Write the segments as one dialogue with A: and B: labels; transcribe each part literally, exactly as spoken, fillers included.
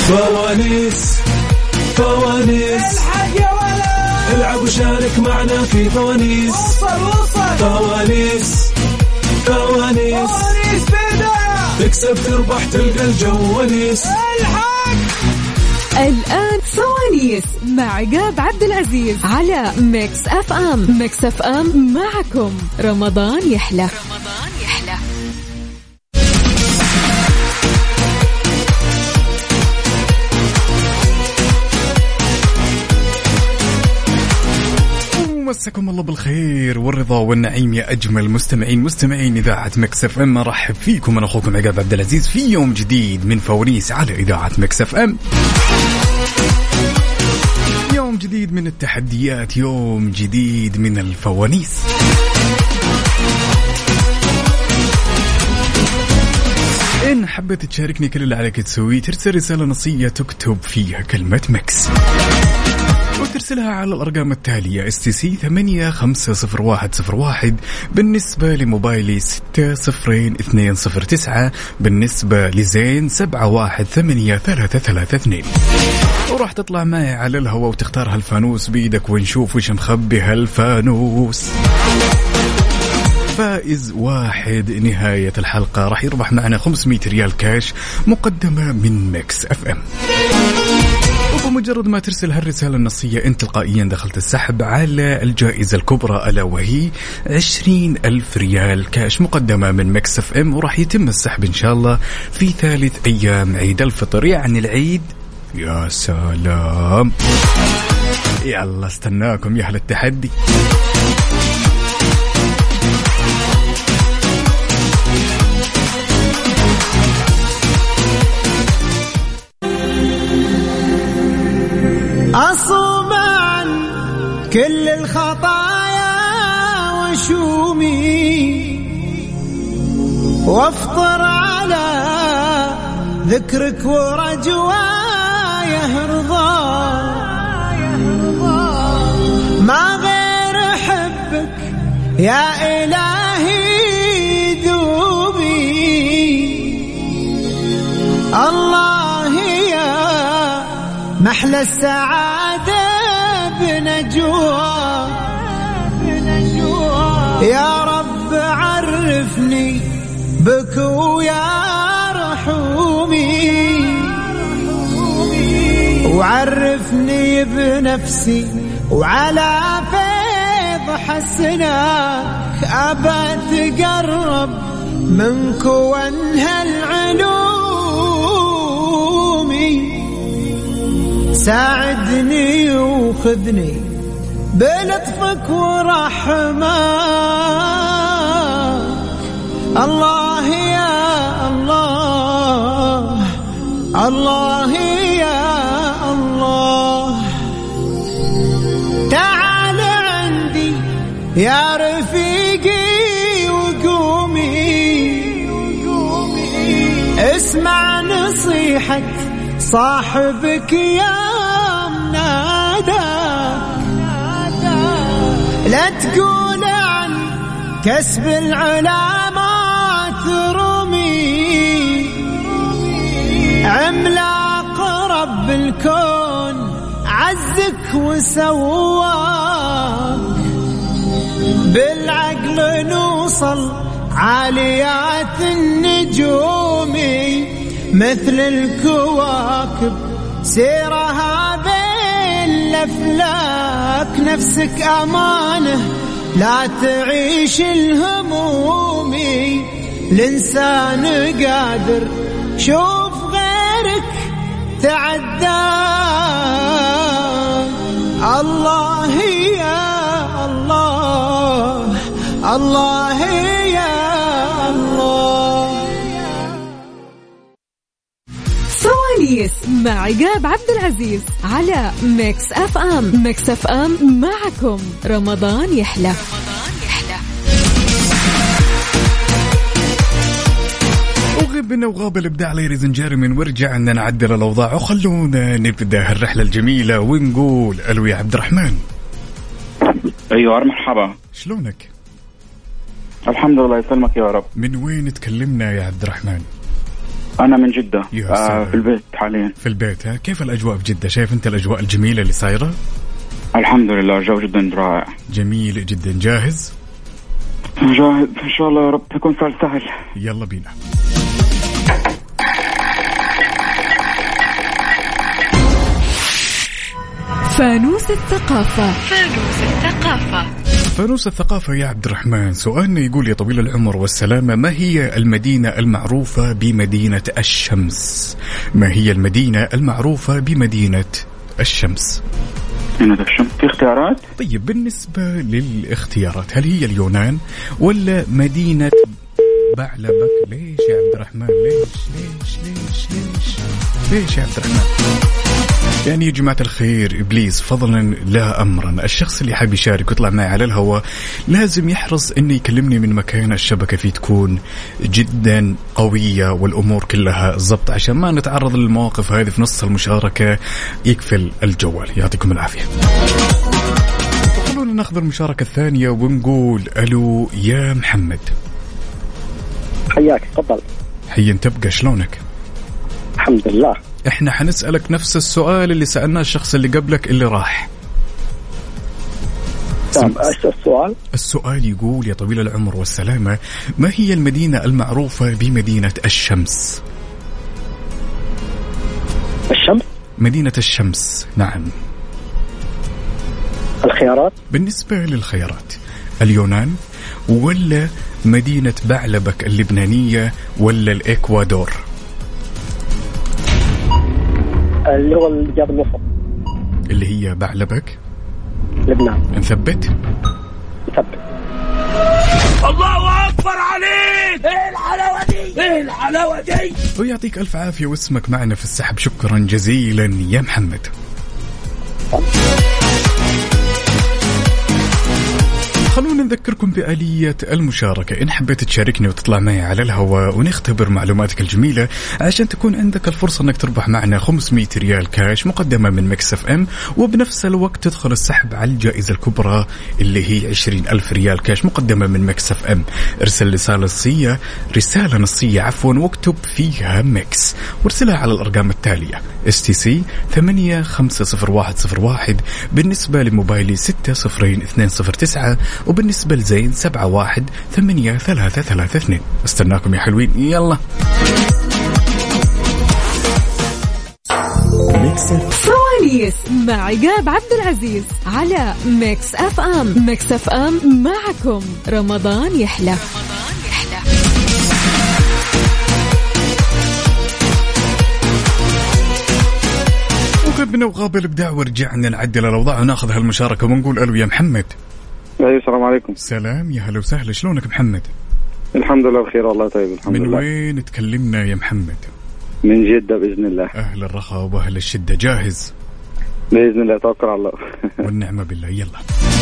A: فوانيس فوانيس
B: الحق يا ولد
A: العب وشارك معنا في فوانيس.
B: وصل وصل
A: فوانيس فوانيس
B: فوانيس بداية
A: تكسب تربح تلقى الجو ونيس.
B: الحق
C: الآن فوانيس مع عقاب عبد العزيز على ميكس أف أم. ميكس أف أم معكم رمضان يحلى. رمضان يحلى.
D: مساكم الله بالخير والرضا والنعيم يا أجمل مستمعين مستمعين إذاعة ميكس أف أم. مرحب فيكم، أنا أخوكم عقاب عبد العزيز في يوم جديد من فوانيس على إذاعة ميكس أف أم. يوم جديد من التحديات، يوم جديد من الفوانيس. إن حبيت تشاركني كل اللي عليك تسويه ترسل رسالة نصية تكتب فيها كلمة ميكس وترسلها على الأرقام التالية اس تي سي ثمانية خمسة صفر واحد صفر واحد بالنسبة لموبايلي ستة صفرين اثنين صفر تسعة بالنسبة لزين سبعة واحد ثمانية ثلاثة ثلاثة اثنين. وراح تطلع معي على الهواء وتختار هالفانوس بيدك ونشوف وش مخبي هالفانوس. فائز واحد نهاية الحلقة راح يربح معنا خمسمية ريال كاش مقدمة من ميكس أف أم. وبمجرد ما ترسل هالرسالة النصية انت تلقائيا دخلت السحب على الجائزة الكبرى ألا وهي عشرين ألف ريال كاش مقدمة من ميكس أف أم. وراح يتم السحب إن شاء الله في ثالث أيام عيد الفطر، يعني العيد. يا سلام، يلا استناكم يا أهل التحدي.
B: أصوم عن كل الخطايا وشومي وافطر على ذكرك ورجوايا رضا، ما غير حبك يا إلهي دوبي. الله يا محلى السعادة بنجوى، يا رب عرفني بك ويا رحومي، وعرفني بنفسي وعلى فيض حسناك أبى تقرب منك وانهى العلومي. ساعدني وخذني بلطفك ورحمك، الله يا الله، الله يا الله. تعال عندي يا رفيقي وقومي، اسمع نصيحة صاحبك يا مناداك، لا تقول عن كسب العلامات رمي، عملاق رب الكون عزك وسواك، بالعقل نوصل عاليات النجوم مثل الكواكب سيرها بين الأفلاك. نفسك أمانة لا تعيش الهموم، الإنسان قادر شوف غيرك تعدى. الله يا الله، الله يا الله.
C: فوانيس مع عقاب عبد العزيز على ميكس أف أم. ميكس أف أم معكم رمضان يحلى.
D: وغبنا وغاب الإبداع ليريز جيرمين، ورجعنا نعدل الأوضاع وخلونا نبدأ الرحلة الجميلة ونقول ألو يا عبد الرحمن.
E: أيوة مرحبا،
D: شلونك؟
E: الحمد لله يسلمك يا رب.
D: من وين تكلمنا يا عبد الرحمن؟
E: أنا من جدة.
D: يا
E: آه
D: سلام.
E: في البيت حاليا.
D: في البيت ها؟ كيف الأجواء في جدة؟ شايف أنت الأجواء الجميلة اللي صايرة؟
E: الحمد لله الجو جدا رائع.
D: جميل جدا. جاهز؟
E: جاهز إن شاء الله يا رب يكون سهل سهل.
D: يلا بينا.
C: فانوس الثقافة. فانوس الثقافة.
D: فانوس الثقافة يا عبد الرحمن، سؤالنا يقول يا طويل العمر والسلامة، ما هي المدينة المعروفة بمدينة الشمس؟ ما هي المدينة المعروفة بمدينة الشمس؟
E: مدينة الشمس. في اختيارات؟
D: طيب بالنسبة للاختيارات، هل هي اليونان ولا مدينة بعلبك؟ ليش يا عبد الرحمن؟ ليش ليش ليش ليش ليش يا عبد الرحمن؟ يعني يا جماعة الخير، إبليس فضلا لا أمرا، الشخص اللي حاب يشارك ويطلع معي على الهواء لازم يحرص إنه يكلمني من مكان الشبكة فيه تكون جدا قوية والأمور كلها ضبط، عشان ما نتعرض للمواقف هذه في نص المشاركة يقفل الجوال. يعطيكم العافية. خلونا ناخذ المشاركة الثانية ونقول ألو يا محمد.
F: حياك، تفضل.
D: حي تبقى، شلونك؟
F: الحمد لله.
D: احنا حنسألك نفس السؤال اللي سألناه الشخص اللي قبلك اللي راح.
F: تمام، ايش السؤال؟
D: السؤال يقول يا طويل العمر والسلامة، ما هي المدينة المعروفة بمدينة الشمس؟
F: الشمس؟
D: مدينة الشمس، نعم.
F: الخيارات؟
D: بالنسبة للخيارات، اليونان ولا مدينة بعلبك اللبنانية ولا الإكوادور؟
F: اللي هو الإجابة الوسط،
D: اللي هي بعلبك
F: لبنان.
D: نثبت؟
F: نثبت.
A: الله أكبر عليك. ايه الحلاوة دي، ايه الحلاوة دي.
D: ويعطيك ألف عافية واسمك معنا في السحب. شكرا جزيلا يا محمد. خلونا نذكركم بآلية المشاركة. إن حبيت تشاركني وتطلع معي على الهواء ونختبر معلوماتك الجميلة عشان تكون عندك الفرصة أنك تربح معنا خمسمية ريال كاش مقدمة من ميكس اف ام، وبنفس الوقت تدخل السحب على الجائزة الكبرى اللي هي عشرين ألف ريال كاش مقدمة من ميكس اف ام. ارسل رسالة نصية رسالة نصية عفوا واكتب فيها ميكس وارسلها على الأرقام التالية: اس تي سي ثمانية خمسة صفر واحد صفر واحد، بالنسبة لموبايلي ستة صفرين اثنين صفر تسعة، وبالنسبة لزين سبعة واحد ثمانية ثلاثة ثلاثة اثنين. استناكم يا حلوين. يلا
C: فوانيس مع عقاب عبد العزيز على ميكس اف ام. ميكس اف ام معكم رمضان يحلى.
D: وغبنا وغاب الابداع ورجعنا نعدل الاوضاع وناخذ هالمشاركه ونقول الو يا محمد.
E: أيوة السلام عليكم.
D: سلام، يا هلا وسهلا، شلونك محمد؟
E: الحمد لله بخير والله. طيب الحمد
D: من
E: لله.
D: من وين تكلمنا يا محمد؟
E: من جدة بإذن الله.
D: أهل الرخاء وأهل الشدة. جاهز؟
E: بإذن الله، توكل على الله.
D: والنعمة بالله. يلا.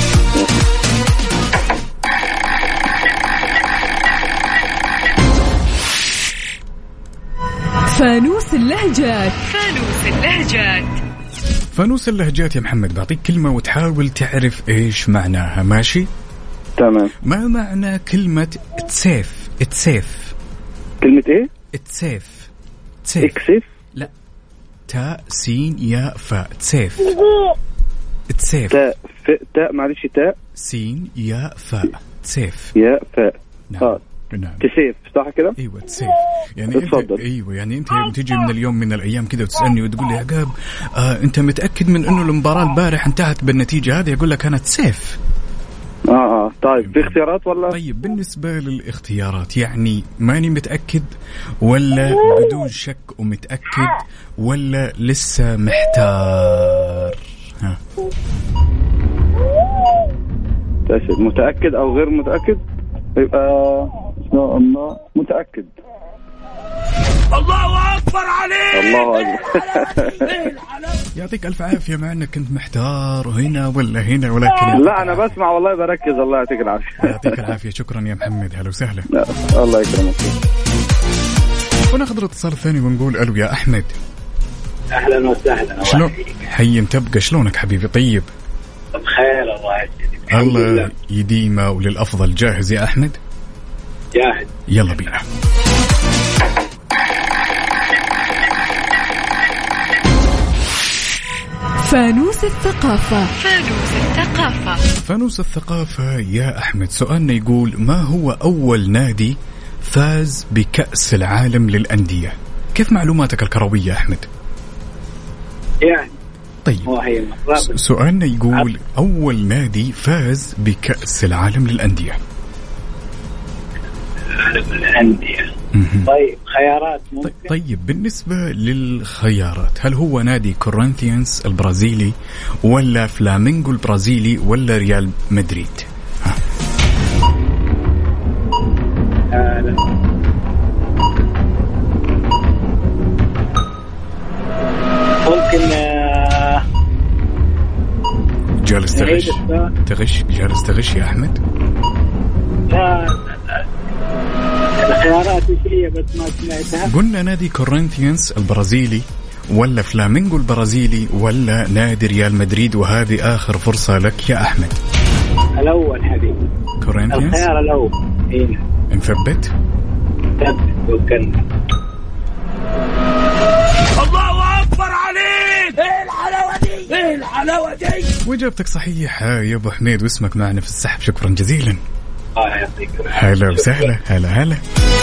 C: فانوس اللهجات. فانوس اللهجات.
D: فانوس اللهجات يا محمد، بعطيك كلمة وتحاول تعرف إيش معناها، ماشي؟
E: تمام.
D: ما معنى كلمة تسيف؟ تسيف
E: كلمة إيه؟
D: تسيف. تسيف.
E: إكسيف؟
D: لا، تاء سين ياء فاء. تسيف. تسيف.
E: تاء ف... تاء معلش تاء
D: سين ياء فاء. تسيف.
E: ياء فاء.
D: نعم.
E: آه.
D: نعم.
E: تسيف صح كده؟
D: ايوه تسيف. يعني
E: اتفضل.
D: انت ايوه يعني انت تيجي من اليوم من الايام كذا وتسالني وتقول لي يا عقاب آه انت متاكد من انه المباراه البارح انتهت بالنتيجه هذه؟ اقول لك انا تسيف.
E: اه اه طيب في اختيارات ولا؟
D: طيب بالنسبه للاختيارات يعني ماني متاكد ولا بدون شك ومتاكد ولا لسه محتار؟ ها
E: متاكد او غير متاكد؟ يبقى ان شاء الله متاكد.
A: الله أكبر عليك.
E: الله أكبر.
D: يعطيك ألف عافية، مع أنك كنت محتار هنا ولا هنا، ولكن
E: لا أنا بسمع والله بركز. الله يعطيك العافية.
D: يعطيك العافية. شكرا يا محمد، هلا وسهلا.
E: الله يكرمك.
D: وناخذ الاتصال الثاني ونقول ألو يا أحمد.
G: أهلا وسهلا.
D: شلون حي تبقى؟ شلونك حبيبي؟ طيب
G: بخير الله يسعدك.
D: الله يديمه وللأفضل. جاهز يا أحمد؟
G: جاهز.
D: يلا بينا.
C: فانوس الثقافة. فانوس الثقافة.
D: فانوس الثقافة يا أحمد، سؤالنا يقول: ما هو أول نادي فاز بكأس العالم للأندية؟ كيف معلوماتك الكروية أحمد؟
G: يعني
D: طيب سؤالنا يقول: أول نادي فاز بكأس العالم للأندية.
G: العالم للأندية. طيب خيارات ممكن؟
D: طيب بالنسبة للخيارات، هل هو نادي كورنثيانس البرازيلي ولا فلامينغو البرازيلي ولا ريال مدريد؟ ها.
G: آه لا. ممكن آه
D: جالس تغش تغش جالس تغش يا أحمد؟
G: لا الخيارات هي بس ما سمعتها.
D: قلنا نادي كورنثيانس البرازيلي ولا فلامينغو البرازيلي ولا نادي ريال مدريد، وهذه آخر فرصة لك يا أحمد.
G: الأول حبيبي
D: كورنثيانس.
G: الخيار الأول. إيه
D: نثبت؟
G: ثبت وكلنا.
A: الله أكبر عليك. إيه الحلاوة دي؟ إيه الحلاوة دي؟
D: وإجابتك صحيحة يا أبو حميد، واسمك معنا في السحب. شكرا جزيلا.
G: الله يعطيك.
D: هلا وسهلا. هلا هلا.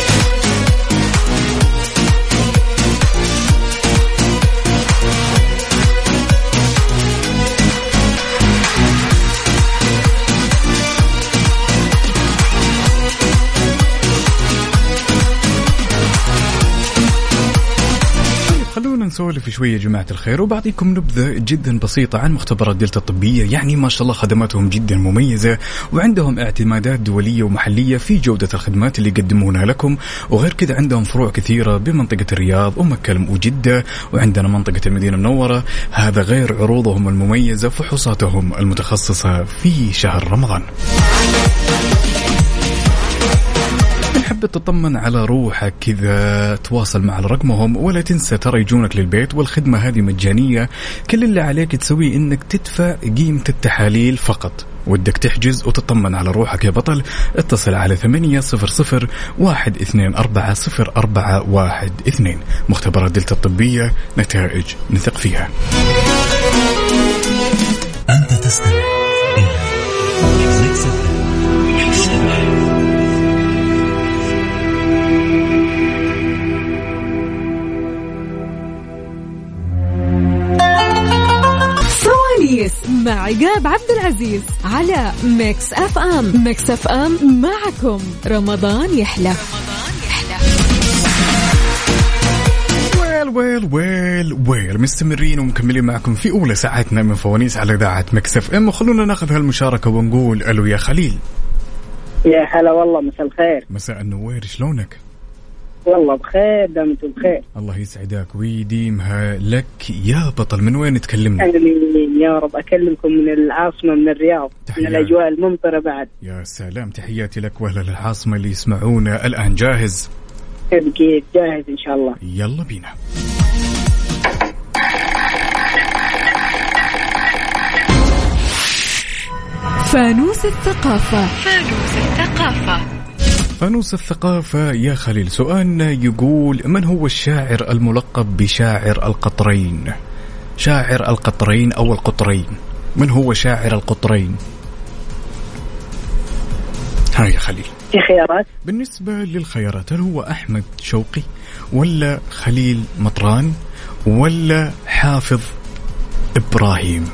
D: خلونا نسولف شوية يا جماعة الخير، وبعطيكم نبذة جدا بسيطة عن مختبرات دلتا الطبية. يعني ما شاء الله خدماتهم جدا مميزة، وعندهم اعتمادات دولية ومحلية في جودة الخدمات اللي يقدمونها لكم. وغير كذا عندهم فروع كثيرة بمنطقة الرياض ومكة وجدة، وعندنا منطقة المدينة المنورة. هذا غير عروضهم المميزة، فحوصاتهم المتخصصة في شهر رمضان. حب تطمن على روحك كذا، تواصل مع رقمهم، ولا تنسى ترى يجونك للبيت، والخدمة هذه مجانية. كل اللي عليك تسويه انك تدفع قيمة التحاليل فقط. ودك تحجز وتطمن على روحك يا بطل؟ اتصل على ثمانية صفر صفر واحد اثنين أربعة صفر أربعة واحد اثنين. مختبرات دلتا الطبية، نتائج نثق فيها.
H: أنت تستمع إلى ميكس إف إم.
C: مع عقاب عبد العزيز على ميكس اف ام. ميكس اف ام معكم رمضان يحلى.
D: ويل ويل ويل ويل مستمرين ومكملين معكم في أولى ساعتنا من فوانيس على إذاعة ميكس اف ام. وخلونا ناخذ هالمشاركة ونقول ألو يا خليل.
F: يا هلا والله، مساء الخير.
D: مساء النوير، شلونك؟
F: والله بخير، دامتم بخير.
D: الله يسعدك ويديمها لك يا بطل. من وين تكلمنا؟
F: أهلين يا رب. أكلمكم من العاصمة، من الرياض. تحيات. من الأجواء الممطرة بعد.
D: يا سلام، تحياتي لك وأهل العاصمة اللي يسمعونا الآن. جاهز؟
F: بقيت جاهز إن شاء الله.
D: يلا بينا.
C: فانوس الثقافة. فانوس الثقافة.
D: فانوس الثقافة يا خليل، سؤالنا يقول: من هو الشاعر الملقب بشاعر القطرين؟ شاعر القطرين أو القطرين، من هو شاعر القطرين؟ ها يا خليل.
F: في خيارات؟
D: بالنسبة للخيارات، هل هو أحمد شوقي ولا خليل مطران ولا حافظ إبراهيم؟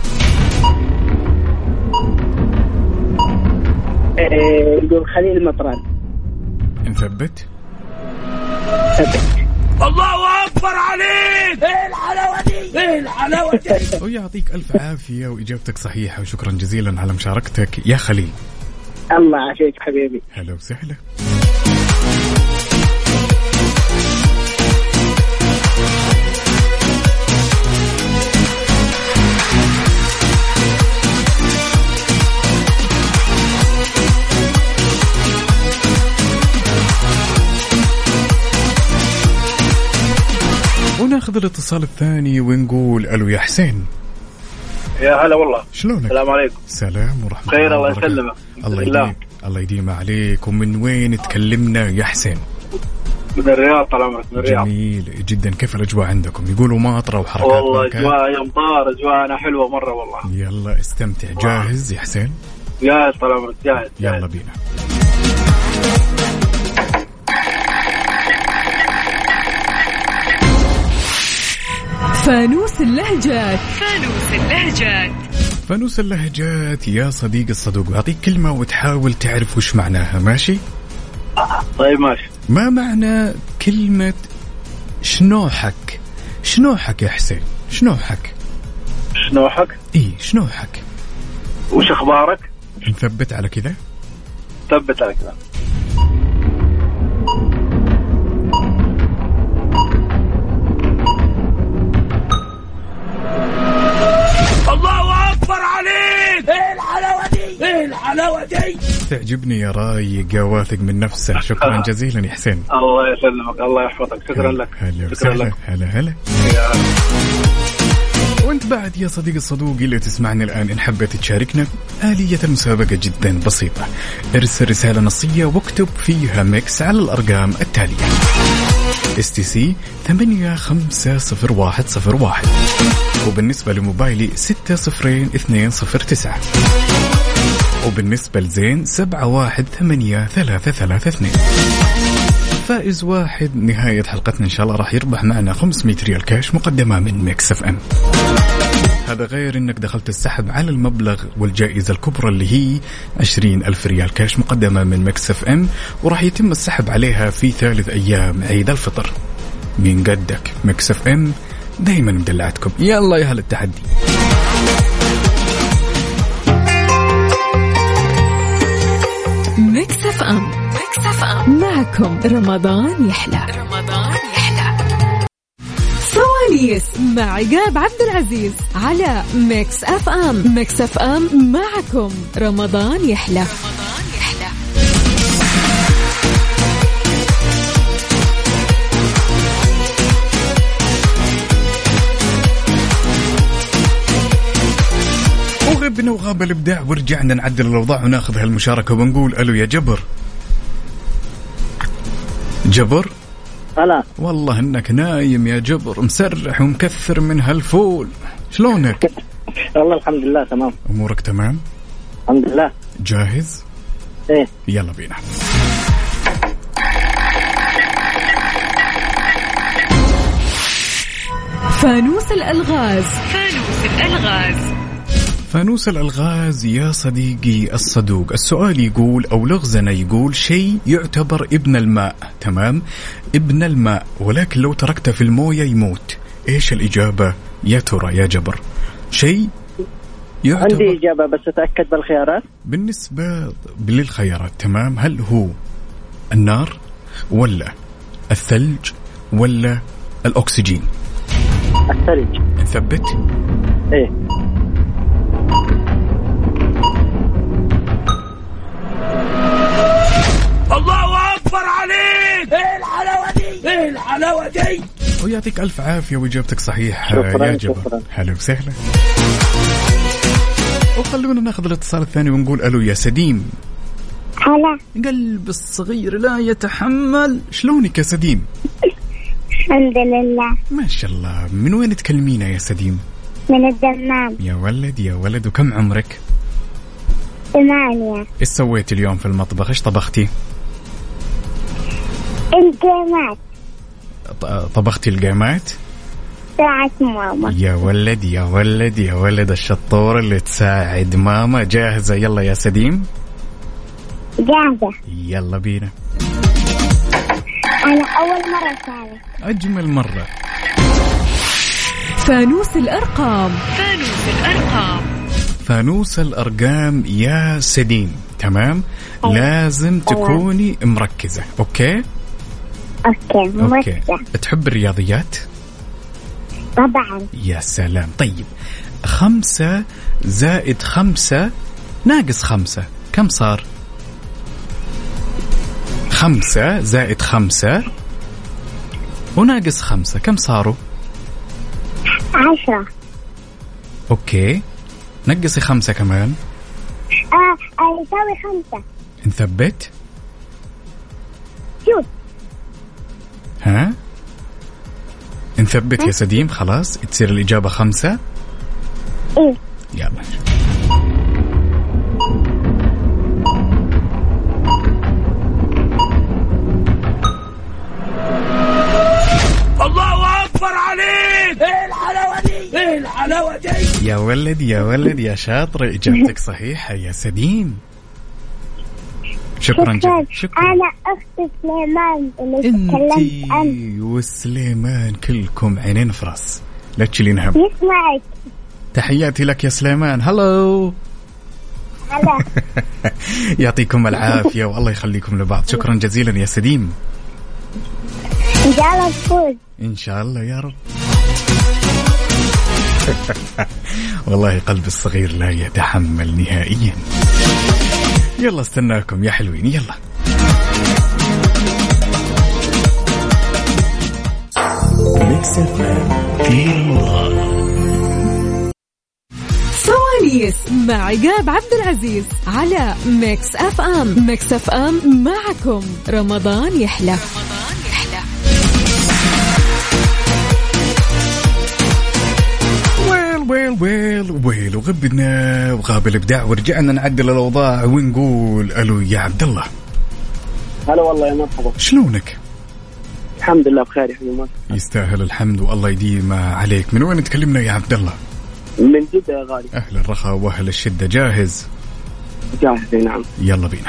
F: يقول خليل مطران.
D: نثبت؟
F: ثبت.
A: الله أكبر عليك. إيه الحلاوة دي؟ إيه الحلاوة دي؟
D: ويعطيك ألف عافية، وإجابتك صحيحة، وشكرا جزيلا على مشاركتك يا خليل.
F: الله عافيك حبيبي.
D: هلا وسهلا. وناخذ الاتصال الثاني ونقول ألو يا حسين.
G: يا هلا والله،
D: شلونك؟
G: السلام عليكم.
D: سلام ورحمة
G: خير
D: الله.
G: الله يسلمك.
D: الله يديم الله يديم عليك. ومن وين تكلمنا يا حسين؟
G: من الرياض طال عمرك من الرياض.
D: جميل جدا. كيف الأجواء عندكم؟ يقولوا ماطرة وحركات
G: والله
D: بركات.
G: أجواء يا أمطار أجواءنا حلوة مرة والله.
D: يلا استمتع. جاهز يا حسين؟
G: جاهز طال عمرك جاهز.
D: يلا بينا.
C: فانوس اللهجات. فانوس اللهجات.
D: فانوس اللهجات يا صديق الصدوق، أعطيك كلمة وتحاول تعرف وش معناها. ماشي؟
G: طيب ماشي.
D: ما معنى كلمة شنوحك؟ شنوحك يا حسين؟ شنوحك؟
G: شنوحك؟
D: إيه شنوحك.
G: وش أخبارك؟
D: نثبت على كذا.
G: ثبت على كذا.
A: الله أكبر عليك. إيه الحلاوة دي؟ إيه الحلاوة دي؟
D: تعجبني يا رايق، واثق من نفسه. شكرا جزيلا يا حسين.
G: الله يسلمك الله يحفظك. شكرا لك.
D: هلا
G: شكرا
D: وسهلا.
G: لك.
D: هلا هلا. وانت بعد يا صديق الصدوق اللي تسمعني الآن، إن حبيت تشاركنا، آلية المسابقة جدا بسيطة. ارسل رسالة نصية واكتب فيها ميكس على الأرقام التالية: اس تي سي ثمانية خمسة صفر واحد صفر واحد، وبالنسبة لموبايلي ستة صفرين اثنين صفر تسعة، وبالنسبة لزين سبعة واحد ثمانية ثلاثة ثلاثة اثنين. فائز واحد نهاية حلقتنا إن شاء الله راح يربح معنا خمسمية ريال كاش مقدمة من ميكس اف ام. هذا غير انك دخلت السحب على المبلغ والجائزة الكبرى اللي هي عشرين ألف ريال كاش مقدمة من ميكس اف ام، وراح يتم السحب عليها في ثالث ايام عيد الفطر. من قدك ميكس اف ام دايما مدلعتكم. يلا يا هل التحدي.
C: ميكس اف ام. ميكس اف ام معكم رمضان يحلى. رمضان يحلى. فوانيس مع عقاب عبد العزيز على ميكس اف ام. ميكس اف ام معكم رمضان يحلى. رمضان يحلى.
D: وغبنا وغاب الإبداع ورجعنا نعدل الأوضاع وناخذ هالمشاركة ونقول ألو يا جبر. جبر؟
F: هلا.
D: والله إنك نايم يا جبر، مسرح ومكثر من هالفول. شلونك؟
F: والله الحمد لله تمام.
D: أمورك تمام؟
F: الحمد لله.
D: جاهز؟
F: إيه.
D: يلا بينا.
C: فانوس الألغاز. فانوس الألغاز.
D: فانوس الألغاز يا صديقي الصدوق، السؤال يقول أو لغزنا يقول شيء يعتبر ابن الماء، تمام؟ ابن الماء، ولكن لو تركته في الموية يموت. إيش الإجابة يا ترى يا جبر؟ شيء يعتبر.
F: عندي إجابة بس أتأكد بالخيارات.
D: بالنسبة للخيارات تمام، هل هو النار ولا الثلج ولا الأكسجين؟
F: الثلج.
D: نثبت؟
F: إيه.
A: الله أكبر عليك. إيه الحلاوة دي؟ إيه الحلاوة دي؟
D: ويعطيك ألف عافية وإجابتك صحيح
F: شكرا
D: يا جبر.
F: شكرا.
D: هلا وسهلا. وخلونا ناخذ الاتصال الثاني ونقول ألو يا سديم.
I: هلا.
D: قلب الصغير لا يتحمل. شلونك يا سديم؟
I: الحمد لله.
D: ما شاء الله. من وين تكلمينا يا سديم؟
I: من الدمام.
D: يا ولد يا ولد. وكم عمرك؟
I: ثمانية.
D: ايش سويتي اليوم في المطبخ؟ ايش طبختي؟
I: القيمات.
D: طبختي القيمات؟
I: ساعة ماما.
D: يا ولد يا ولد يا ولد الشطورة اللي تساعد ماما. جاهزة؟ يلا يا سديم.
I: جاهزة.
D: يلا بينا.
I: أنا أول مرة أشارك.
D: أجمل مرة.
C: فانوس الأرقام. فانوس الأرقام.
D: فانوس الأرقام يا سديم، تمام؟
I: أوه.
D: لازم تكوني مركزة. أوكي؟
I: أوكي مركزة.
D: أوكي. تحب الرياضيات؟
I: طبعا.
D: يا سلام. طيب خمسة زائد خمسة ناقص خمسة كم صار؟ خمسة زائد خمسة وناقص خمسة كم صاروا؟
I: عشرة.
D: أوكي. نقصي خمسة كمان.
I: آه آه يساوي خمسة.
D: نثبت؟
I: شوف.
D: ها نثبت يا سديم؟ خلاص تصير الإجابة خمسة.
I: إيه
D: يلا
A: الله أكبر عليك. إيه الحلاوة دي، إيه الحلاوة دي.
D: يا ولد يا ولد يا شاطر، إجابتك صحيحة يا سديم. شكرا جدا. شكرا.
I: أنا أخت سليمان اللي تكلمت عنه.
D: أنتي وسليمان كلكم عينين في راس، لا تشيلين هم.
I: يسمعك.
D: تحياتي لك يا سليمان. هلو.
I: هلا.
D: يعطيكم العافية والله يخليكم لبعض. شكرا جزيلا يا سديم.
I: إن شاء الله تفوز.
D: إن شاء الله يا رب. والله قلب الصغير لا يتحمل نهائيا. يلا استناكم يا حلوين. يلا
H: ميكس اف ام في رمضان.
C: فوانيس مع عقاب عبد العزيز على ميكس اف ام. ميكس اف ام معكم رمضان يحلى. رمضان يحلى.
D: ويل ويل ويل ويل وغبنا وغاب الإبداع ورجعنا نعدل الأوضاع ونقول ألو يا عبد الله.
G: هلا والله يا مرحبا.
D: شلونك؟
G: الحمد لله بخير يا حبيبي.
D: يستاهل الحمد والله يديم عليك. من وين تكلمنا يا عبد الله؟
G: من جدة يا غالي.
D: أهل الرخاء وأهل الشدة. جاهز؟
G: جاهز نعم.
D: يلا بينا.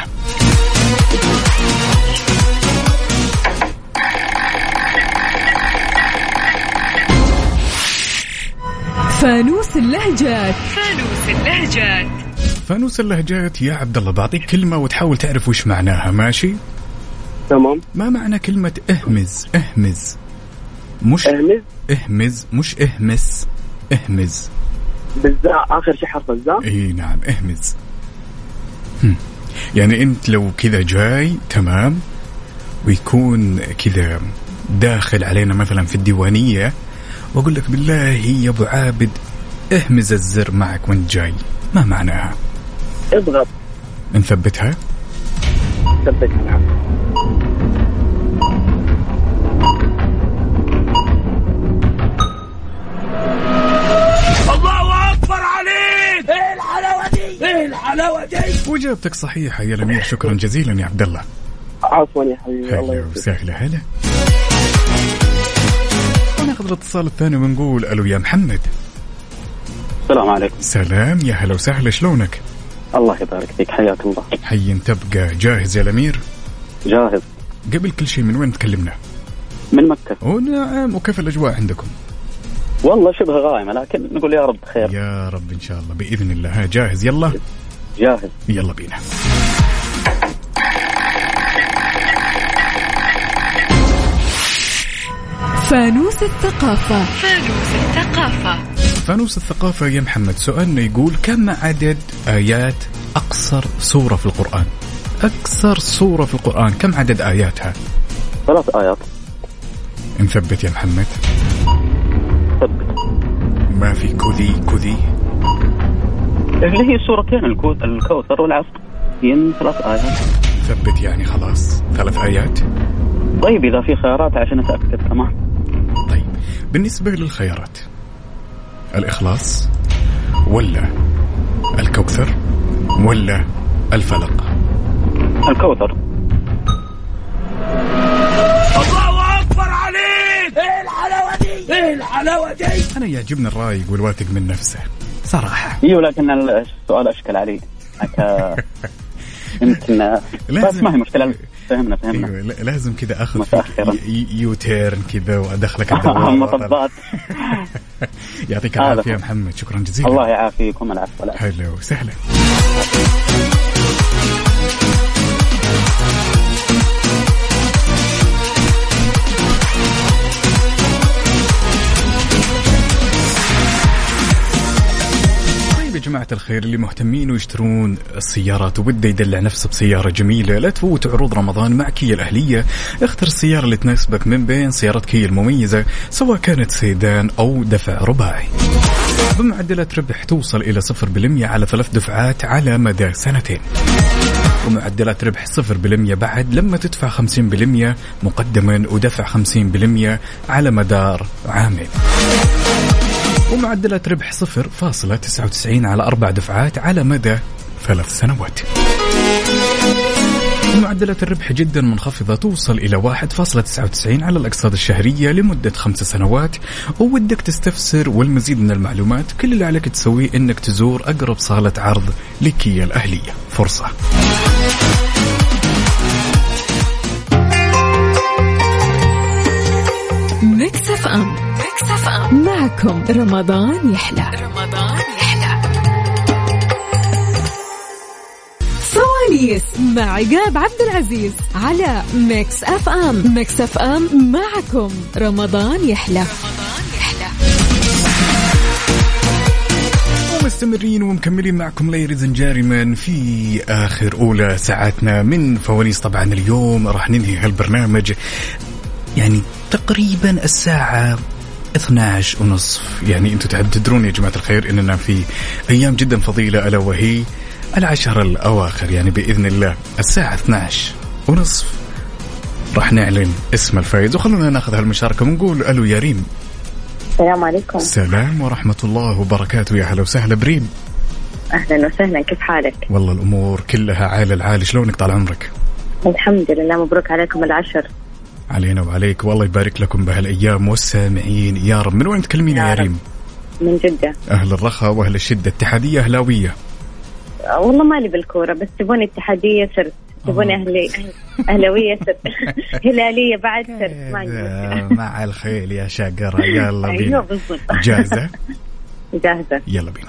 C: فانوس اللهجات. فانوس اللهجات.
D: فانوس اللهجات يا عبد الله، بعطيك كلمة وتحاول تعرف وش معناها. ماشي
G: تمام.
D: ما معنى كلمة اهمز؟ اهمز مش
G: اهمز.
D: اهمز مش اهمس. اهمز
G: بالزاء آخر شيء حرف الزاء.
D: اي نعم اهمز. هم. يعني انت لو كذا جاي تمام ويكون كذا داخل علينا مثلا في الديوانية واقول لك بالله يا ابو عابد اهمز الزر معك وانت جاي، ما معناها؟
G: اضغط.
D: نثبتها.
G: ثبتها نعم.
A: الله أكبر عليك. إيه الحلاوة دي، إيه الحلاوة دي.
D: وجابتك صحيحة يا الأمير. شكرا جزيلا يا عبد الله.
G: عفوا يا حبيبي. الله
D: هلا وسهلا. هلا. وناخذ الاتصال الثاني ونقول ألو يا محمد.
E: السلام عليكم.
D: سلام يا هلا وسهلا. شلونك؟
E: الله يبارك فيك. حياك الله.
D: حي تبقى. جاهز يا الأمير؟
E: جاهز.
D: قبل كل شيء من وين تكلمنا؟
E: من مكة.
D: أو نعم. وكيف الأجواء عندكم؟
E: والله شبه غائمة لكن نقول يا رب خير.
D: يا رب إن شاء الله بإذن الله. ها جاهز؟ يلا
E: جاهز.
D: يلا بينا.
C: فانوس الثقافة. فانوس الثقافة.
D: فانوس الثقافة يا محمد. سؤالنا يقول كم عدد آيات أقصر سورة في القرآن؟ أقصر سورة في القرآن كم عدد آياتها؟
E: ثلاث آيات.
D: نثبت يا محمد.
E: ثبت.
D: ما في كذي كذي
E: اللي هي سورتين الكوثر والعصر هي ثلاث آيات.
D: ثبت يعني خلاص ثلاث آيات.
E: طيب إذا في خيارات عشان أتأكد كمان.
D: طيب بالنسبة للخيارات الإخلاص ولا الكوثر ولا الفلق؟
E: الكوثر.
A: الله أكبر عليك. إيه الحلاوة دي، إيه الحلاوة دي.
D: أنا يعجبني الرايق والواثق من نفسه صراحة.
E: إيه ولكن السؤال أشكل علي يمكن بس ما هي مشكلة. فهمنا فهمنا.
D: أيوة لازم كذا أخذ يوتيرن كذا وأدخلك الدوام.
E: مطبات.
D: يعطيك العافية يا محمد. شكرا جزيلا.
E: الله يعافيكم. العفو.
D: هلا وسهلا. يا جماعة الخير اللي مهتمين ويشترون السيارات وبده يدلع نفسه بسيارة جميلة، لا تفوت عروض رمضان مع كيا الأهلية. اختر السيارة اللي تناسبك من بين سيارات كيا المميزة سواء كانت سيدان أو دفع رباعي. بمعدلات ربح توصل إلى صفر بالمية على ثلاث دفعات على مدى سنتين، ومعدلات ربح صفر بالمية بعد لما تدفع خمسين بالمية مقدما ودفع خمسين بالمية على مدار عامين، ومعدلات ربح صفر فاصلة تسعة وتسعين على أربع دفعات على مدى ثلاث سنوات. معدلات الربح جدا منخفضة توصل إلى واحد فاصلة تسعة وتسعين على الأقساط الشهرية لمدة خمس سنوات. وودك تستفسر والمزيد من المعلومات، كل اللي عليك تسويه إنك تزور أقرب صالة عرض لكيا الأهلية. فرصة.
C: ميكس اف ام، ميكس اف ام معكم رمضان يحلى. رمضان يحلى. فوانيس مع عقاب عبد العزيز على ميكس اف ام. ميكس اف ام معكم رمضان يحلى. رمضان يحلى.
D: ومستمرين ومكملين معكم ليريز جارما في آخر أولى ساعاتنا من فوانيس. طبعا اليوم راح ننهي هالبرنامج يعني تقريبا الساعة اثنتي عشرة ونصف. يعني انتم تدرون يا جماعة الخير اننا في ايام جدا فضيلة، الا وهي العشر الاواخر. يعني باذن الله الساعة اثنتي عشرة ونصف راح نعلن اسم الفائز. وخلونا ناخذ هالمشاركة ونقول الو يا ريم.
J: السلام عليكم.
D: السلام ورحمة الله وبركاته. يا هلا وسهلا بريم.
J: اهلا وسهلا، كيف حالك؟
D: والله الامور كلها عال العال. شلونك طال عمرك؟
J: الحمد لله، مبروك عليكم العشر.
D: علينا وعليك، والله يبارك لكم بهالأيام والسامعين يا رب. من وين تكلمينا يا ريم؟
J: من جدة.
D: أهل الرخاء وأهل الشدة. اتحادية أهلاوية؟
J: والله مالي بالكورة، بس تبوني اتحادية صرت، تبوني أهلي أهلاوية صرت، هلالية بعد صرت. ما
D: مع الخيل يا شاقرة. يلا بينا.
J: أيوة بالضبط.
D: جاهزة؟
J: جاهزة.
D: يلا بينا.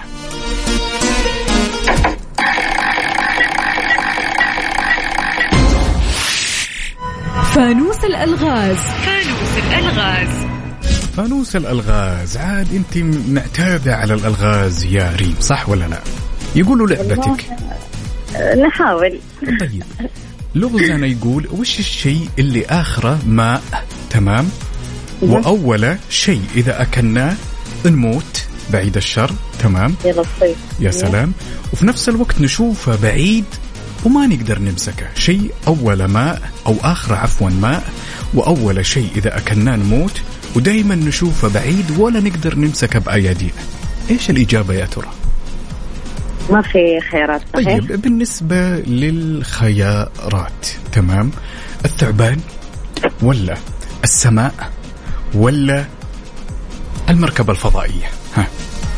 C: فانوس الألغاز. فانوس الألغاز.
D: فانوس الألغاز. عاد أنت معتادة على الألغاز يا ريم، صح ولا لا؟ يقولوا لعبتك.
J: نحاول.
D: طيب لغزنا يقول وش الشيء اللي آخره ماء، تمام، وأول شيء إذا أكلناه نموت بعيد الشر، تمام.
J: يلا الصيف.
D: يا سلام. وفي نفس الوقت نشوفه بعيد وما نقدر نمسكه. شيء أول ماء أو آخر عفوا ماء، وأول شيء إذا أكلناه نموت، ودايما نشوفه بعيد ولا نقدر نمسكه بأيادينا. إيش الإجابة يا ترى؟
J: ما في خيارات صحيح؟
D: طيب بالنسبة للخيارات، تمام، الثعبان ولا السماء ولا المركبة الفضائية؟ ها.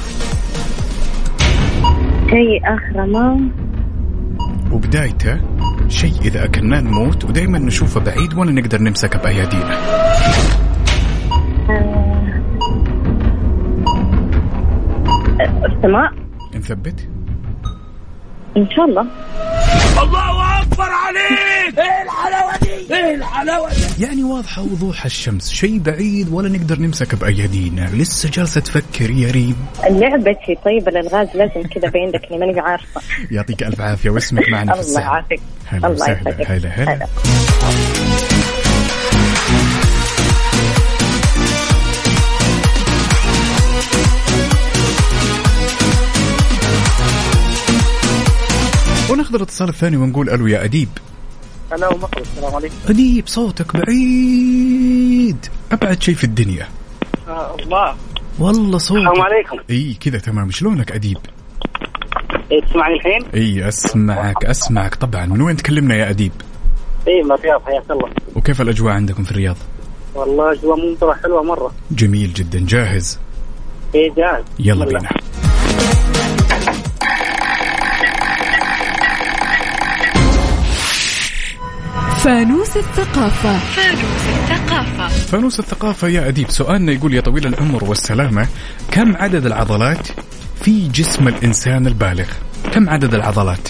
J: شيء آخر ماء
D: وبدايته شيء إذا أكلناه نموت ودايما نشوفه بعيد ولا نقدر نمسكه بأيادينا.
J: السماء.
D: نثبت
J: إن شاء الله.
A: الله أكبر عليك. إيه الحلاوة دي، إيه الحلاوة دي.
D: يعني واضحة وضوح الشمس، شيء بعيد ولا نقدر نمسكه بأيادينا. لسه جالسة تفكر يا ريم؟
J: اللعبتي طيب الألغاز لازم كذا بين لك إني ماني عارفة.
D: يعطيك ألف عافية واسمك معنا في الساعة.
J: الله يعافيك.
D: هلا وسهلا. هلا هلا. وناخذ الاتصال الثاني ونقول ألو يا أديب.
K: هلا ومرحبا. السلام عليكم.
D: أديب صوتك بعيد، أبعد شيء في الدنيا.
K: آه الله.
D: والله صوتك.
K: السلام عليكم.
D: إي كذا تمام. شلونك أديب؟
K: إيه تسمعني الحين؟
D: إي أسمعك أسمعك طبعا. من وين تكلمنا يا أديب؟
K: إيه من الرياض. حياك الله.
D: وكيف الأجواء عندكم في الرياض؟
K: والله أجواء ممطرة حلوة مرة.
D: جميل جدا. جاهز؟
K: إيه جاهز.
D: يلا بينا.
C: فانوس الثقافة. فانوس الثقافة.
D: فانوس الثقافة يا أديب. سؤالنا يقول يا طويل العمر والسلامة، كم عدد العضلات في جسم الإنسان البالغ؟ كم عدد العضلات؟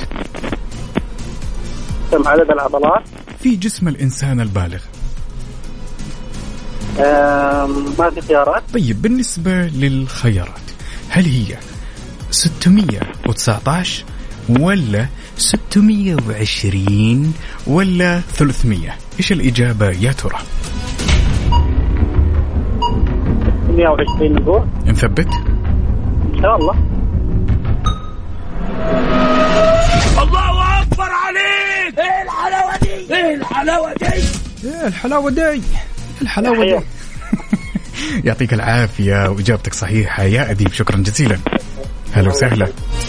K: كم عدد العضلات
D: في جسم الإنسان البالغ؟
K: ما في خيارات.
D: طيب بالنسبة للخيارات، هل هي ستمية وتسعة عشر ولا ستمية وعشرين ولا ثلاثمية؟ إيش الإجابة يا ترى؟
K: ستمية وعشرين نقول.
D: نثبت؟
K: إن إن شاء الله.
A: الله أكبر عليك. إيه الحلاوة دي؟ إيه الحلاوة دي؟
D: إيه الحلاوة دي؟ الحلاوة دي. يعطيك العافية وإجابتك صحيحة يا أديب، شكرا جزيلا. هلا وسهلا.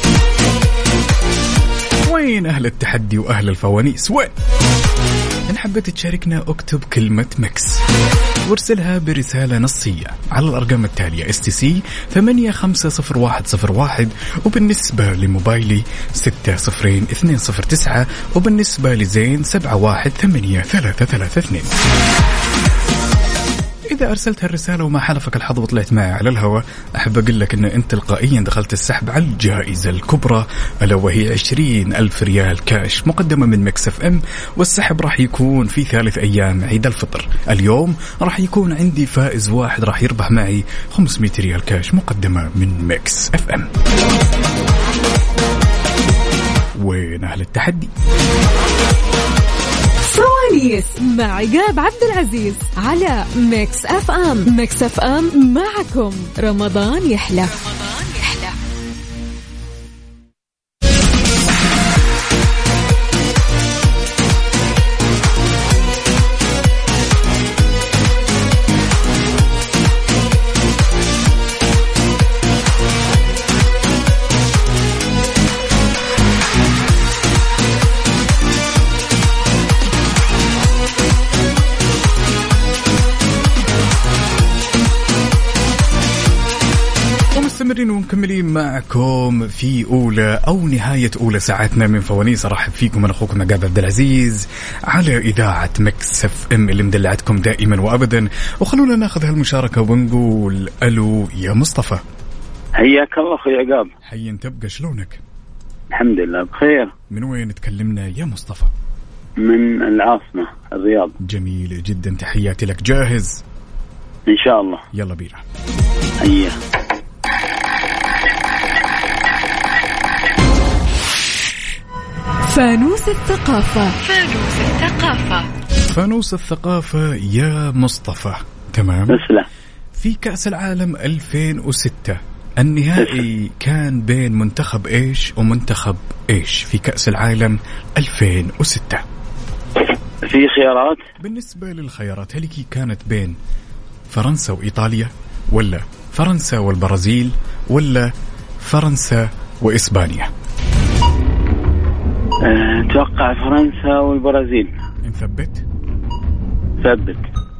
D: وين أهل التحدي وأهل الفوانيس؟ وين؟ إن حبيت تشاركنا اكتب كلمة مكس وارسلها برسالة نصية على الأرقام التالية اس تي سي ثمانية خمسة صفر واحد صفر واحد، وبالنسبة لموبايلي ستة صفرين اثنين صفر تسعة، وبالنسبة لزين سبعة واحد ثمانية ثلاثة ثلاثة اثنين. إذا أرسلت هالرسالة وما حلفك الحظ وطلعت معي على الهواء، أحب أقول لك أن أنت تلقائيا دخلت السحب على الجائزة الكبرى، ألا وهي عشرين ألف ريال كاش مقدمة من مكس اف ام. والسحب راح يكون في ثالث أيام عيد الفطر. اليوم راح يكون عندي فائز واحد راح يربح معي خمسمائة ريال كاش مقدمة من مكس اف ام. وين أهل التحدي؟
C: فوانيس مع عقاب عبد العزيز على ميكس اف ام. ميكس اف ام معكم رمضان يحلى.
D: مستمرين ومكملين معكم في أولى أو نهاية أولى ساعتنا من فوانيس. أرحب فيكم أنا أخوكم عقاب عبد العزيز على إذاعة مكس اف ام اللي مدلعتكم دائما وأبدا. وخلونا ناخذ هالمشاركة ونقول ألو يا مصطفى.
E: حياك الله أخوي عقاب.
D: حي تبقى، شلونك؟
E: الحمد لله بخير.
D: من وين تكلمنا يا مصطفى؟
E: من العاصمة الرياض.
D: جميل جدا، تحياتي لك. جاهز؟
E: إن شاء الله.
D: يلا بينا.
E: هيا.
C: فانوس الثقافة.
L: فانوس الثقافة.
D: فانوس الثقافة يا مصطفى. تمام.
E: مسلا.
D: في كأس العالم ألفين وستة النهائي كان بين منتخب إيش ومنتخب إيش في كأس العالم ألفين وستة؟
E: في خيارات.
D: بالنسبة للخيارات هل كانت بين فرنسا وإيطاليا، ولا فرنسا والبرازيل، ولا فرنسا وإسبانيا؟
E: أتوقع فرنسا والبرازيل.
D: نثبت؟
E: ثبت.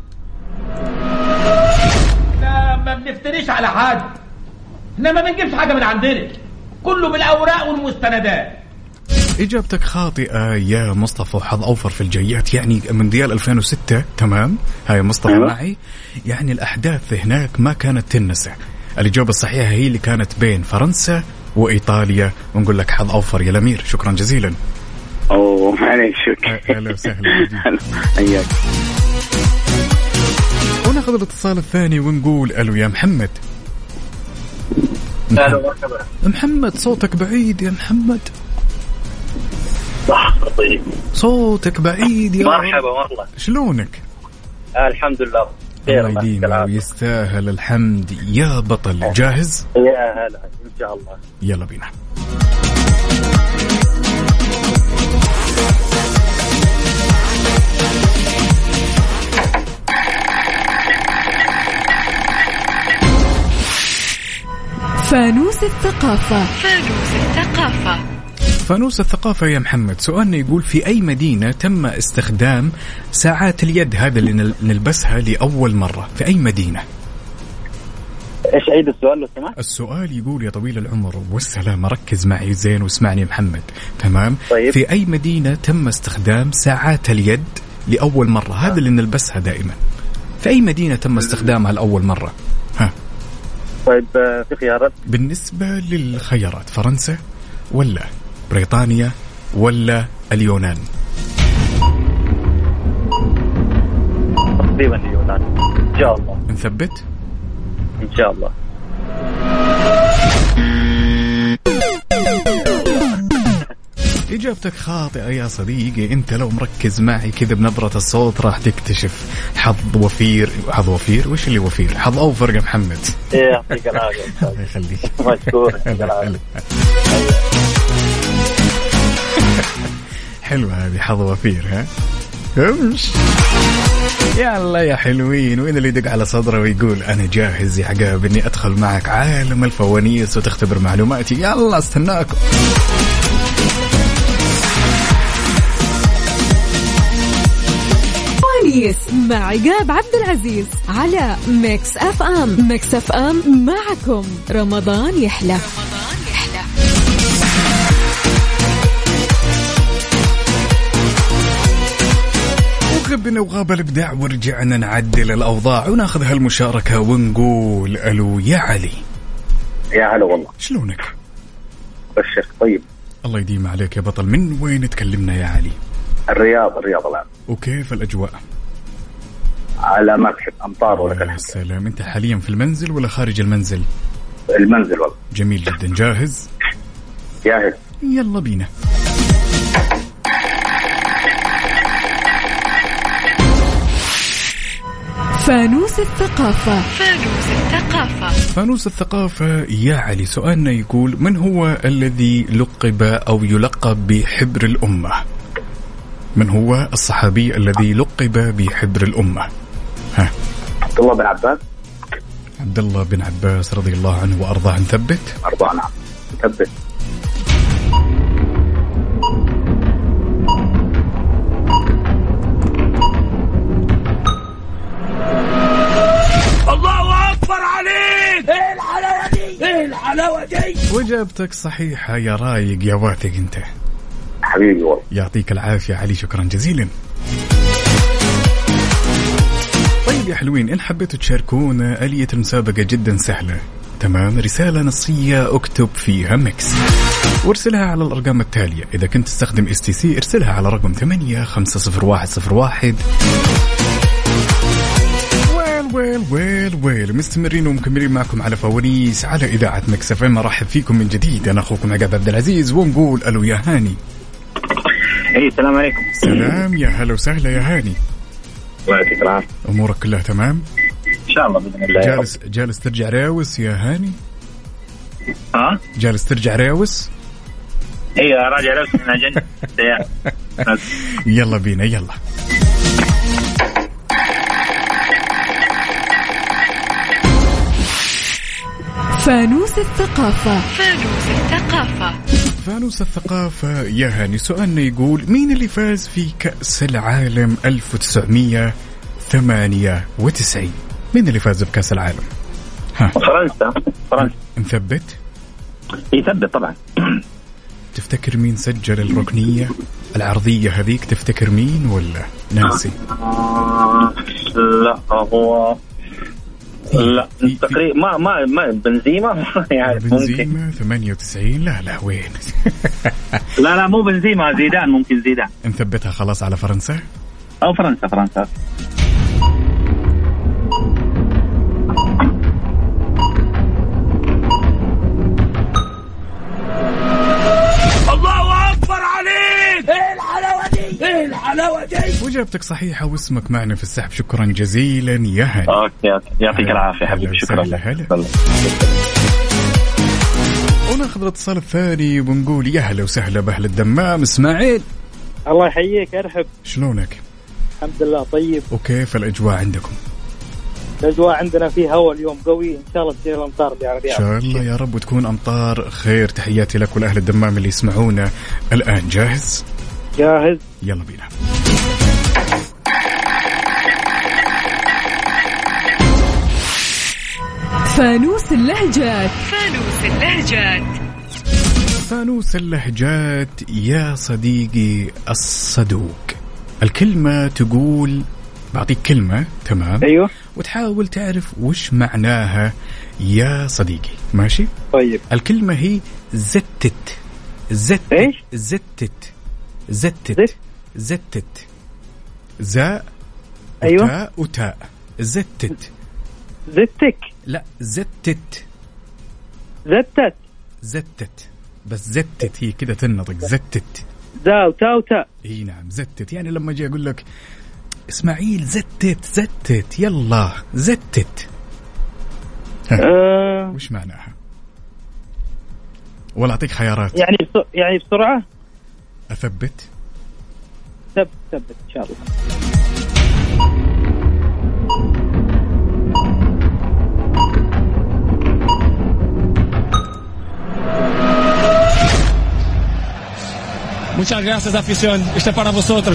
A: لا ما بنفتريش على حد، احنا ما بنجيبش حاجة من عندنا، كله بالأوراق والمستندات.
D: إجابتك خاطئة يا مصطفى، وحظ أوفر في الجيات. يعني مونديال ألفين وستة تمام، هاي مصطفى
E: أيوة.
D: معي. يعني الأحداث هناك ما كانت تنسى. الإجابة الصحيحة هي اللي كانت بين فرنسا وإيطاليا. ونقول لك حظ أوفر يا الأمير، شكرا جزيلا.
E: أوه معليش شكرا.
D: أهلا وسهلا.
E: حياك.
D: وناخذ الاتصال الثاني ونقول ألو يا محمد.
K: محمد.
D: محمد صوتك بعيد يا محمد.
K: صح طيب.
D: صوتك بعيد يا
K: مرحبا والله.
D: شلونك؟
K: آه الحمد لله.
D: الله يديمه ويستاهل الحمد يا بطل. جاهز؟
K: يا هلا إن شاء الله.
D: يلا بينا.
C: فانوس الثقافة.
L: فانوس الثقافة.
D: فانوس الثقافة يا محمد، سؤالنا يقول في أي مدينة تم استخدام ساعات اليد هذا اللي نلبسها لأول مرة؟ في أي مدينة؟
K: إيش عيد السؤال لو سمحت؟
D: السؤال يقول يا طويل العمر والسلامة، ركز معي زين واسمعني محمد. تمام.
K: طيب.
D: في أي مدينة تم استخدام ساعات اليد لأول مرة؟ هذا اللي نلبسها دائما. في أي مدينة تم استخدامها لأول مرة؟ ها.
K: طيب في خيارات.
D: بالنسبة للخيارات فرنسا ولا بريطانيا ولا اليونان؟
K: تقريبا اليونان إن شاء الله.
D: نثبت؟
K: إن شاء الله.
D: إجابتك خاطئة يا صديقي. أنت لو مركز معي كذا بنبرة الصوت راح تكتشف حظ وفير. حظ وفير؟ وش اللي وفير؟ حظ أوفر يا محمد.
K: إيه يعطيك العافية.
D: الله يخليك.
K: مشكور.
D: حلوة هذه حظ وفير. ها امش يلا يا حلوين. وين اللي يدق على صدره ويقول أنا جاهز يا عقاب إني أدخل معك عالم الفوانيس وتختبر معلوماتي؟ يلا استناكم.
C: فوانيس مع عقاب عبد العزيز على ميكس اف ام. ميكس اف ام معكم رمضان يحلى.
D: غبنا وغاب الإبداع ورجعنا نعدل الأوضاع وناخذ هالمشاركة ونقول ألو يا علي.
K: يا هلا والله.
D: شلونك؟
K: بشر طيب.
D: الله يديم عليك يا بطل. من وين تكلمنا يا علي؟
K: الرياض. الرياض الآن.
D: وكيف الأجواء؟
K: على ما تحب أمطار ولا كذا.
D: يا سلام. أنت حاليا في المنزل ولا خارج المنزل؟
K: المنزل والله.
D: جميل جدا. جاهز؟
K: جاهز.
D: يلا بينا.
C: فانوس الثقافة.
L: فانوس الثقافة.
D: فانوس الثقافة يا علي. سؤالنا يقول من هو الذي لقب أو يلقب بحبر الأمة؟ من هو الصحابي الذي لقب بحبر الأمة؟ ها.
K: عبد الله بن عباس.
D: عبد الله بن عباس رضي الله عنه وأرضاه. نثبت؟
K: أرضاه. نعم نثبت.
A: الله أكبر عليك. ايه الحلاوة دي؟ ايه الحلاوة دي؟
D: وإجابتك صحيحة يا رايق يا واثق انت.
K: حبيبي والله.
D: يعطيك العافية علي. شكرا جزيلا. طيب يا حلوين، إن حبيتوا تشاركونا آلية المسابقة جدا سهلة. تمام. رسالة نصية اكتب فيها ميكس وارسلها على الأرقام التالية. إذا كنت تستخدم اس تي سي ارسلها على رقم ثمانية خمسة صفر واحد صفر واحد. ويل ويل ويل مستمرين ومكملين معكم على فوانيس على إذاعة ميكس اف ام. مرحب فيكم من جديد. أنا أخوكم عقاب عبد العزيز ونقول ألو يا هاني.
K: اي السلام عليكم.
D: سلام يا هلا وسهلا يا هاني.
K: وعليكم السلام.
D: أمورك كلها تمام؟
K: إن شاء الله بإذن الله.
D: جالس جالس ترجع راوس يا هاني؟
K: ها؟
D: جالس ترجع راوس؟
K: ايه راجع راوس من أجل.
D: يلا بينا يلا.
C: فانوس الثقافة.
L: فانوس الثقافة.
D: فانوس الثقافة يا هاني. سؤالنا يقول مين اللي فاز في كأس العالم ألف وتسعمية وثمانية وتسعين؟ مين اللي فاز بكأس العالم؟
K: ها. فرنسا. فرنسا.
D: نثبت؟
K: يثبت طبعا.
D: تفتكر مين سجل الركنية العرضية هذيك؟ تفتكر مين ولا ناسي؟
K: لا هو لا تقريبا ما ما ما بنزيما يعني
D: بنزيما ثمانية وتسعين. لا لا وين.
K: لا لا مو بنزيما. زيدان. ممكن زيدان.
D: نثبتها خلاص على فرنسا
K: أو فرنسا. فرنسا.
A: الله أكبر عليك. ايه الحلاوة دي؟ ايه الحلاوة دي؟
D: وجابتك صحيحة واسمك معنا في السحب. شكرا جزيلا يا هاني.
K: اوكي يعطيك العافية حبيبي. شكرا.
D: هلا. وناخذ الاتصال الثاني ونقول يا هلا وسهلا بأهل الدمام. اسماعيل.
M: الله يحييك. ارحب.
D: شلونك؟
M: الحمد لله طيب.
D: وكيف الأجواء عندكم؟
M: الأجواء عندنا فيه هواء اليوم قوي. إن شاء الله تصير الأمطار
D: إن شاء الله يا رب وتكون أمطار خير. تحياتي لك ولأهل الدمام اللي يسمعونا الآن. جاهز؟
M: جاهز.
D: يلا بينا.
C: فانوس اللهجات.
L: فانوس اللهجات.
D: فانوس اللهجات يا صديقي الصدوق. الكلمة تقول بعطيك كلمة. تمام.
M: أيوه.
D: وتحاول تعرف وش معناها يا صديقي. ماشي.
M: طيب.
D: الكلمة هي زتت. زتت.
M: إيش؟
D: زتت. زتت.
M: زت.
D: زتت. زاء.
M: أيوه.
D: وتاء وتاء. زتت.
M: زتك.
D: لا زتت.
M: زتت.
D: زتت. بس زتت هي كده تنطق. زتت.
M: زاو تاو تا.
D: اي نعم زتت، يعني لما اجي اقول لك اسماعيل زتت زتت يلا زتت
M: أه
D: وش معناها؟ ولا اعطيك خيارات؟
M: يعني بس... يعني بسرعة
D: اثبت
M: ثبت ثبت ان شاء الله.
N: Muchas gracias, afición. Este para vosotros.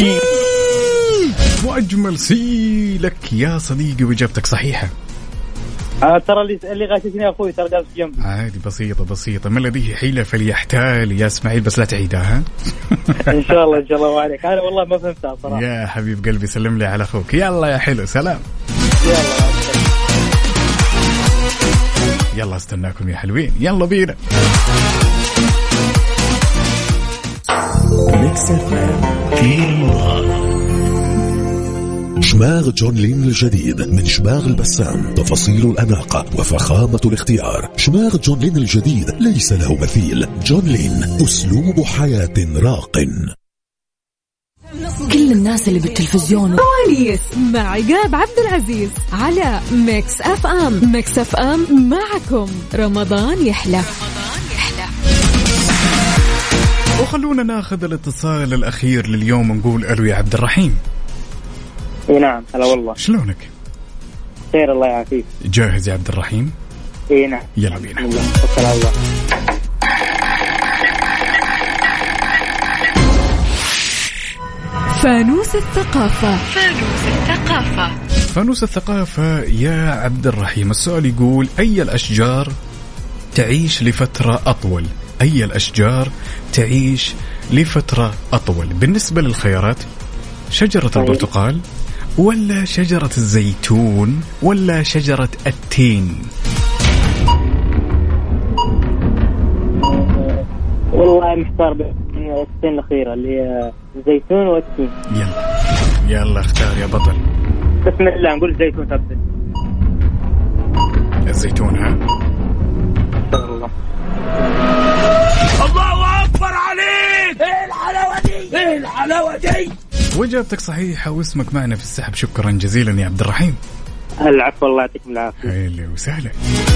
D: وأجمل سي لك يا صديقي، وإجابتك صحيحة.
M: آه ترى اللي اللي غاشتني أخوي ترى جالس جنبي.
D: عادي بسيطة بسيطة، من لديه حيلة فليحتال يا إسماعيل، بس لا تعيدها ها.
M: إن شاء الله إن شاء الله وعليك، أنا والله ما فهمتها صراحة.
D: يا حبيب قلبي سلم لي على أخوك، يلا يا حلو سلام.
M: يلا
D: يلا استناكم يا حلوين، يلا بينا.
H: ميكس اف ام في رمضان. شماغ جون لين الجديد من شماغ البسام، تفاصيل الأناقة وفخامة الاختيار. شماغ جون لين الجديد ليس له مثيل. جون لين أسلوب حياة راق.
C: كل الناس اللي بالتلفزيون فوانيس مع عقاب عبد العزيز على ميكس اف ام. ميكس اف ام معكم رمضان يحلى.
D: وخلونا ناخذ الاتصال الأخير لليوم ونقول ألو يا عبد الرحيم.
M: اي نعم هلا والله.
D: شلونك؟
M: خير الله يعافيك.
D: جاهز يا عبد الرحيم؟
M: اي نعم.
D: يلا بينا.
M: توكل على الله.
C: فانوس الثقافة.
L: فانوس الثقافة.
D: فانوس الثقافة يا عبد الرحيم، السؤال يقول أي الأشجار تعيش لفترة أطول؟ أي الأشجار تعيش لفترة أطول؟ بالنسبة للخيارات: شجرة البرتقال ولا شجرة الزيتون ولا شجرة التين؟
M: والله محتار بين التين الأخيرة اللي هي الزيتون والتين.
D: يلا يلا اختار يا بطل.
M: بسم الله نقول الزيتون. تبدأ
D: الزيتون ها؟
M: إن شاء الله.
A: الله أكبر عليك. إيه الحلاوة دي، إيه الحلاوة دي.
D: وإجابتك صحيحة واسمك معنا في السحب. شكرا جزيلا يا عبد الرحيم.
M: العفو الله يعطيكم العافية.
D: أهلا وسهلا.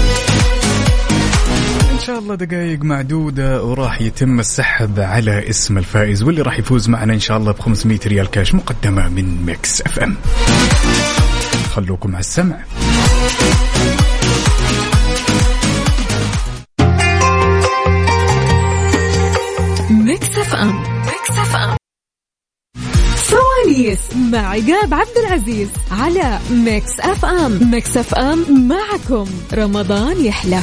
D: إن شاء الله دقائق معدودة وراح يتم السحب على اسم الفائز، واللي راح يفوز معنا إن شاء الله بخمسمية ريال كاش مقدمة من ميكس اف ام. خلوكم على السمع.
C: ميكس اف ام. ميكس اف ام. فوانيس مع عقاب عبد العزيز على ميكس اف ام. ميكس اف ام معكم رمضان يحلى.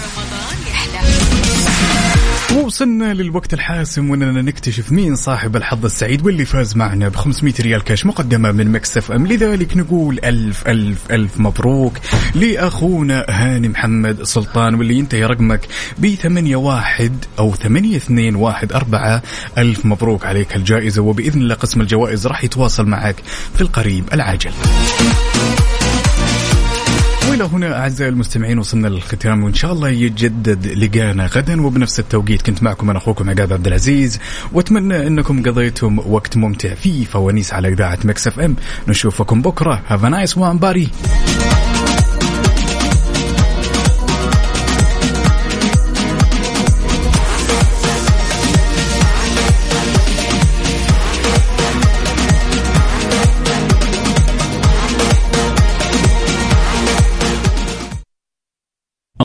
D: وصلنا للوقت الحاسم واننا نكتشف مين صاحب الحظ السعيد واللي فاز معنا بخمسمية ريال كاش مقدمة من ميكس اف ام. لذلك نقول ألف ألف ألف مبروك لأخونا هاني محمد سلطان، واللي ينتهي رقمك بثمانية واحد أو ثمانية اثنين واحد أربعة. ألف مبروك عليك الجائزة، وبإذن الله قسم الجوائز راح يتواصل معك في القريب العاجل. وإلى هنا أعزائي المستمعين وصلنا للختام، وإن شاء الله يتجدد لقانا غدا وبنفس التوقيت. كنت معكم أنا أخوكم عقاب عبد العزيز، وأتمنى أنكم قضيتم وقت ممتع في فوانيس على إذاعة ميكس اف ام. نشوفكم بكرة. Have a nice one buddy.